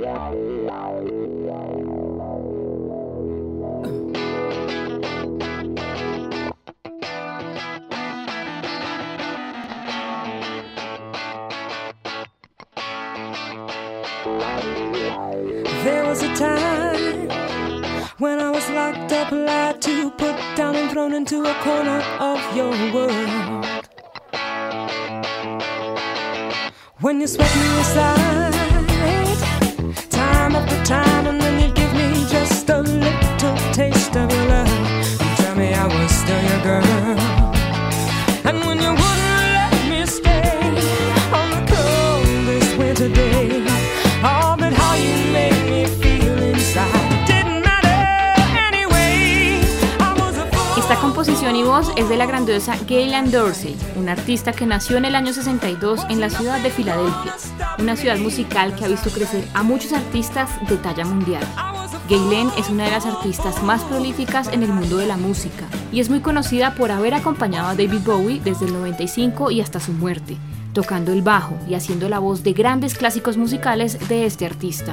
There was a time when I was locked up, lied to, put down and thrown into a corner of your world. When you swept me aside, time after time, and then you'd give me just a little taste of your love. You tell me I was still your girl, and when you wouldn't let me stay on the coldest winter day, oh, but how you made me feel inside didn't matter anyway. I was a fool. Esta composición y voz es de la grandiosa Gail Ann Dorsey, una artista que nació en el año 62 en la ciudad de Filadelfia, una ciudad musical que ha visto crecer a muchos artistas de talla mundial. Gail Ann es una de las artistas más prolíficas en el mundo de la música y es muy conocida por haber acompañado a David Bowie desde el 95 y hasta su muerte, tocando el bajo y haciendo la voz de grandes clásicos musicales de este artista.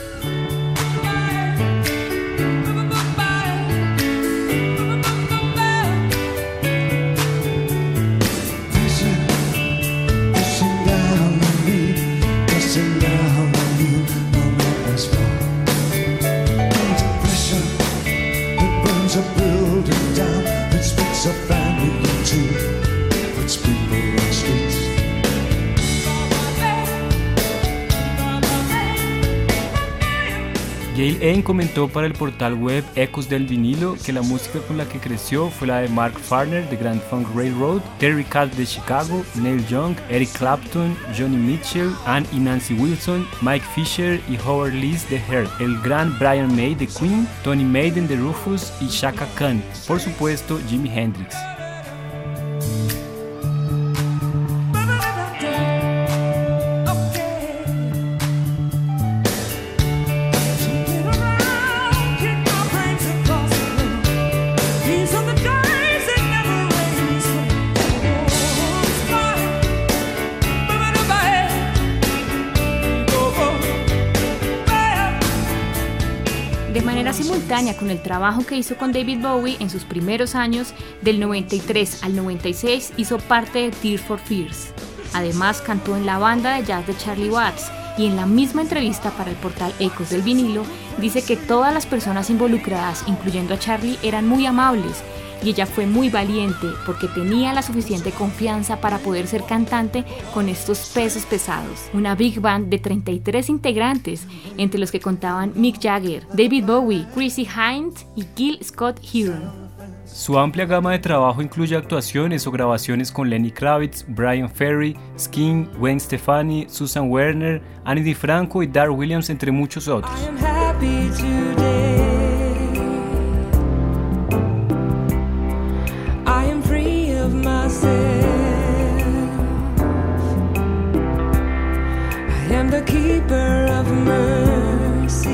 Gail Ann comentó para el portal web Ecos del Vinilo que la música con la que creció fue la de Mark Farner de Grand Funk Railroad, Terry Calp de Chicago, Neil Young, Eric Clapton, Joni Mitchell, Ann y Nancy Wilson, Mike Fisher y Howard Lees de Heart, el gran Brian May de Queen, Tony Maiden de Rufus y Chaka Khan, por supuesto Jimi Hendrix. De manera simultánea con el trabajo que hizo con David Bowie en sus primeros años, del 93 al 96 hizo parte de Tears for Fears. Además cantó en la banda de jazz de Charlie Watts y en la misma entrevista para el portal Ecos del Vinilo dice que todas las personas involucradas, incluyendo a Charlie, eran muy amables y ella fue muy valiente porque tenía la suficiente confianza para poder ser cantante con estos pesos pesados. Una big band de 33 integrantes, entre los que contaban Mick Jagger, David Bowie, Chrissie Hynde y Gil Scott-Heron. Su amplia gama de trabajo incluye actuaciones o grabaciones con Lenny Kravitz, Bryan Ferry, Skin, Gwen Stefani, Susan Werner, Ani DiFranco y Dar Williams, entre muchos otros. The keeper of mercy,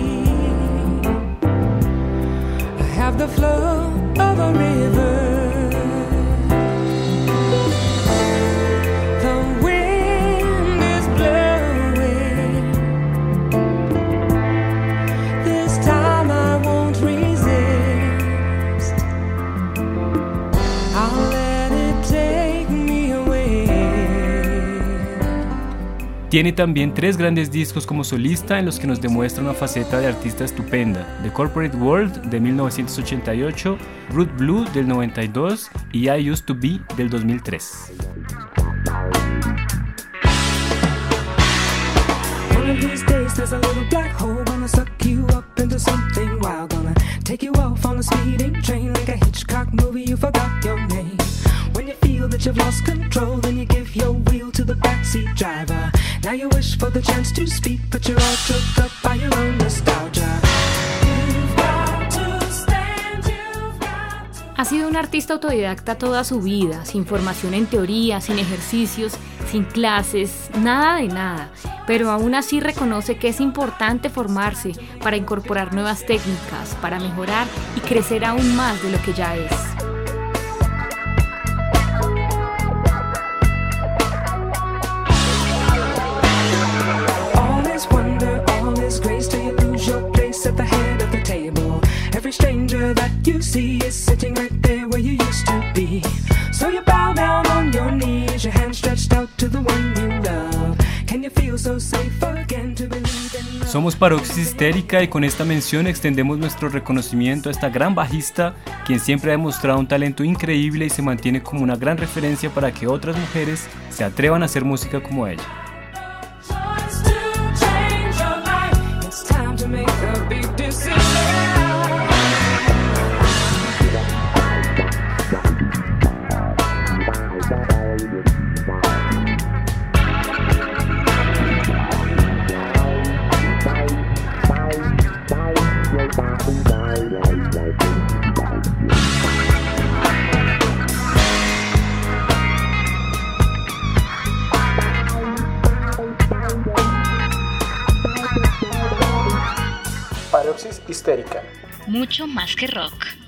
I have the flow of a river, the wind is blowing, this time I won't resist, I'll let it take me away. Tiene también 3 grandes discos como solista en los que nos demuestra una faceta de artista estupenda: The Corporate World de 1988, Root Blue del 92 y I Used to Be del 2003. One of these days there's a little black hole gonna suck you up into something wild, gonna take you off on a speeding train like a Hitchcock movie, you forgot your name. When you feel that you've lost control, then you give your wheel to the backseat driver. Now you wish for the chance to speak, but you're all took up by your own nostalgia. Ha sido un artista autodidacta toda su vida, sin formación en teoría, sin ejercicios, sin clases, nada de nada. Pero aún así reconoce que es importante formarse para incorporar nuevas técnicas, para mejorar y crecer aún más de lo que ya es. see is sitting right there where you used to be. So you bow down on your knees, your hand stretched out to the one you love. Can you feel so safe again to believe in love? Somos Paroxis Histérica y con esta mención extendemos nuestro reconocimiento a esta gran bajista, quien siempre ha demostrado un talento increíble y se mantiene como una gran referencia para que otras mujeres se atrevan a hacer música como ella. Paroxis Histérica. Mucho más que rock.